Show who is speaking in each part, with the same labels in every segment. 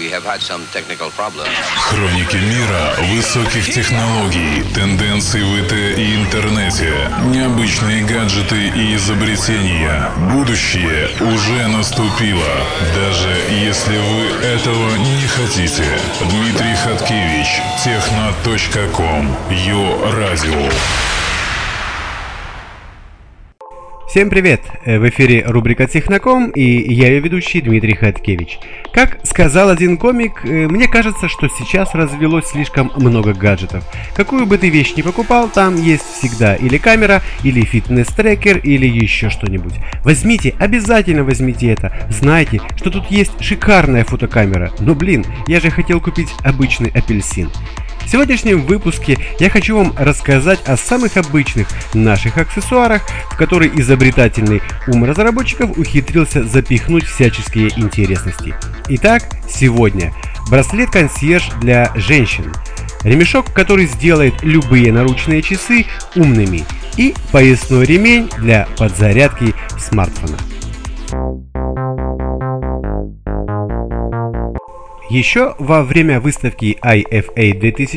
Speaker 1: Хроники мира высоких технологий, тенденций в ИТ и интернете, необычные гаджеты и изобретения. Будущее уже наступило, даже если вы этого не хотите. Дмитрий Хаткевич, Техно.ком, Йо-Радио.
Speaker 2: Всем привет! В эфире рубрика Техноком, и я ее ведущий Дмитрий Хаткевич. Как сказал один комик, мне кажется, что сейчас развелось слишком много гаджетов. Какую бы ты вещь ни покупал, там есть всегда или камера, или фитнес-трекер, или еще что-нибудь. Возьмите, обязательно возьмите это. Знайте, что тут есть шикарная фотокамера. Но блин, я же хотел купить обычный апельсин. В сегодняшнем выпуске я хочу вам рассказать о самых обычных наших аксессуарах, в которые изобретательный ум разработчиков ухитрился запихнуть всяческие интересности. Итак, сегодня браслет-консьерж для женщин, ремешок, который сделает любые наручные часы умными, и поясной ремень для подзарядки смартфона. Еще во время выставки IFA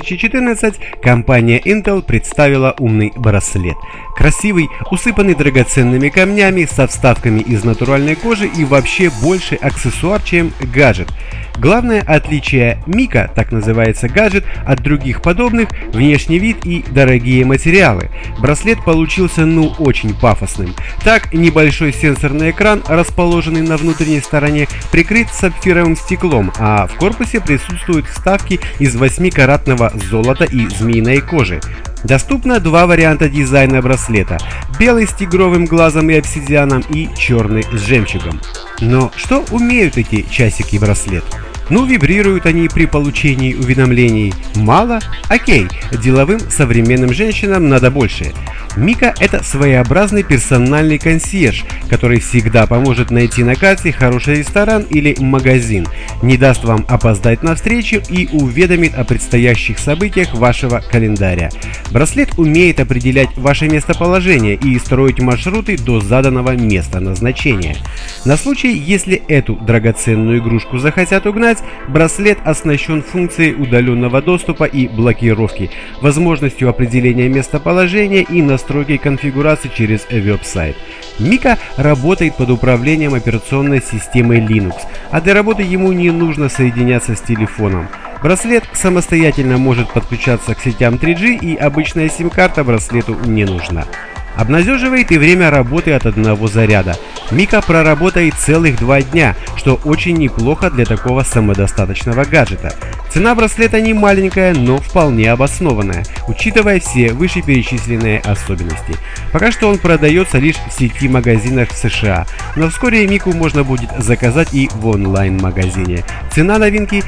Speaker 2: 2014 компания Intel представила умный браслет. Красивый, усыпанный драгоценными камнями, со вставками из натуральной кожи и вообще больше аксессуар, чем гаджет. Главное отличие Мика, так называется гаджет, от других подобных – внешний вид и дорогие материалы. Браслет получился очень пафосным. Так, небольшой сенсорный экран, расположенный на внутренней стороне, прикрыт сапфировым стеклом, а в корпусе присутствуют вставки из 8-каратного золота и змеиной кожи. Доступно два варианта дизайна браслета – белый с тигровым глазом и обсидианом и черный с жемчугом. Но что умеют эти часики-браслет? Вибрируют они при получении уведомлений. Мало? Окей, деловым современным женщинам надо больше. Мика – это своеобразный персональный консьерж, который всегда поможет найти на карте хороший ресторан или магазин, не даст вам опоздать на встречу и уведомит о предстоящих событиях вашего календаря. Браслет умеет определять ваше местоположение и строить маршруты до заданного места назначения. На случай, если эту драгоценную игрушку захотят угнать, браслет оснащен функцией удаленного доступа и блокировки, возможностью определения местоположения и настройки конфигурации через веб-сайт. Мика работает под управлением операционной системой Linux, а для работы ему не нужно соединяться с телефоном. Браслет самостоятельно может подключаться к сетям 3G, и обычная сим-карта браслету не нужна. Обнадеживает и время работы от одного заряда. Мика проработает целых 2 дня, что очень неплохо для такого самодостаточного гаджета. Цена браслета не маленькая, но вполне обоснованная, учитывая все вышеперечисленные особенности. Пока что он продается лишь в сети магазинах в США, но вскоре Мику можно будет заказать и в онлайн-магазине. Цена новинки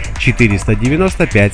Speaker 2: $495.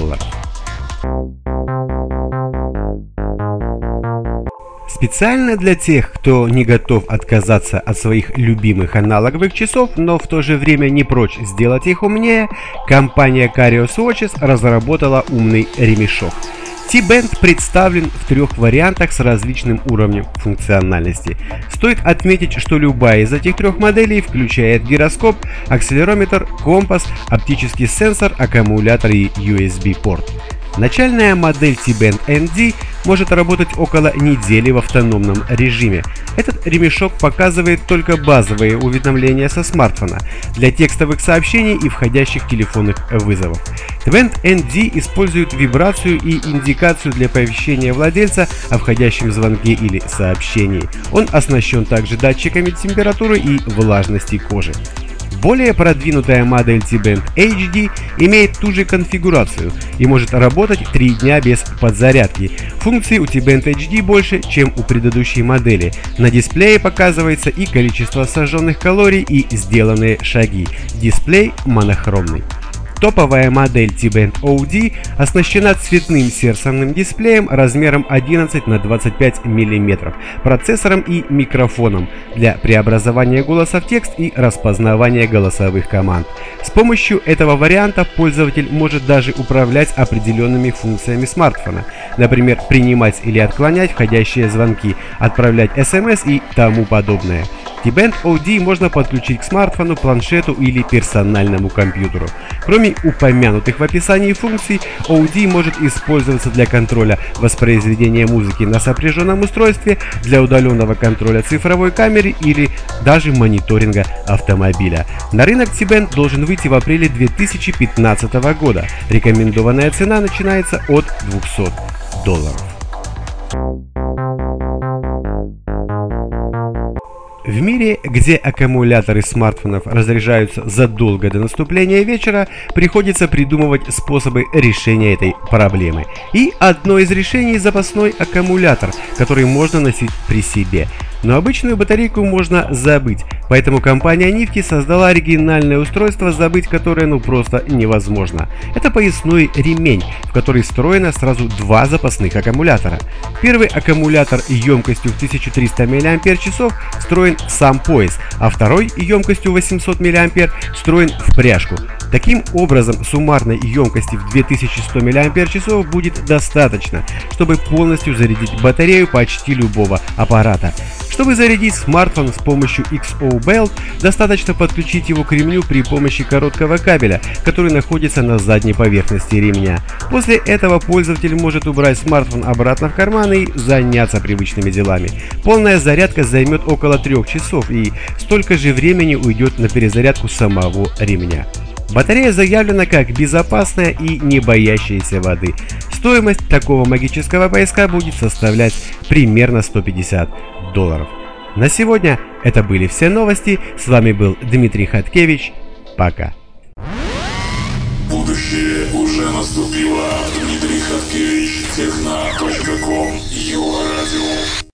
Speaker 2: Специально для тех, кто не готов отказаться от своих любимых аналоговых часов, но в то же время не прочь сделать их умнее, компания Carios Watches разработала умный ремешок. T-Band представлен в 3 вариантах с различным уровнем функциональности. Стоит отметить, что любая из этих 3 моделей включает гироскоп, акселерометр, компас, оптический сенсор, аккумулятор и USB-порт. Начальная модель T-Band ND может работать около недели в автономном режиме. Этот ремешок показывает только базовые уведомления со смартфона для текстовых сообщений и входящих телефонных вызовов. T-Band ND использует вибрацию и индикацию для оповещения владельца о входящем звонке или сообщении. Он оснащен также датчиками температуры и влажности кожи. Более продвинутая модель T-Band HD имеет ту же конфигурацию и может работать 3 дня без подзарядки. Функций у T-Band HD больше, чем у предыдущей модели. На дисплее показывается и количество сожженных калорий, и сделанные шаги. Дисплей монохромный. Топовая модель T-Band OD оснащена цветным сенсорным дисплеем размером 11 на 25 мм, процессором и микрофоном для преобразования голоса в текст и распознавания голосовых команд. С помощью этого варианта пользователь может даже управлять определенными функциями смартфона, например, принимать или отклонять входящие звонки, отправлять SMS и тому подобное. T-Band OD можно подключить к смартфону, планшету или персональному компьютеру. Кроме Кроме упомянутых в описании функций, OD может использоваться для контроля воспроизведения музыки на сопряженном устройстве, для удаленного контроля цифровой камеры или даже мониторинга автомобиля. На рынок C-Band должен выйти в апреле 2015 года. Рекомендованная цена начинается от $200. В мире, где аккумуляторы смартфонов разряжаются задолго до наступления вечера, приходится придумывать способы решения этой проблемы. И одно из решений – запасной аккумулятор, который можно носить при себе. Но обычную батарейку можно забыть, поэтому компания Nifty создала оригинальное устройство, забыть которое просто невозможно. Это поясной ремень, в который встроено сразу два запасных аккумулятора. Первый аккумулятор емкостью в 1300 мАч встроен в сам пояс, а второй емкостью 800 мА встроен в пряжку. Таким образом, суммарной емкости в 2100 мАч будет достаточно, чтобы полностью зарядить батарею почти любого аппарата. Чтобы зарядить смартфон с помощью XO Belt, достаточно подключить его к ремню при помощи короткого кабеля, который находится на задней поверхности ремня. После этого пользователь может убрать смартфон обратно в карман и заняться привычными делами. Полная зарядка займет около 3 часов, и столько же времени уйдет на перезарядку самого ремня. Батарея заявлена как безопасная и не боящаяся воды. Стоимость такого магического пояска будет составлять примерно $150. На сегодня это были все новости. С вами был Дмитрий Хаткевич. Пока.
Speaker 1: Будущее уже наступило. Дмитрий Хаткевич, техно.com, его радио.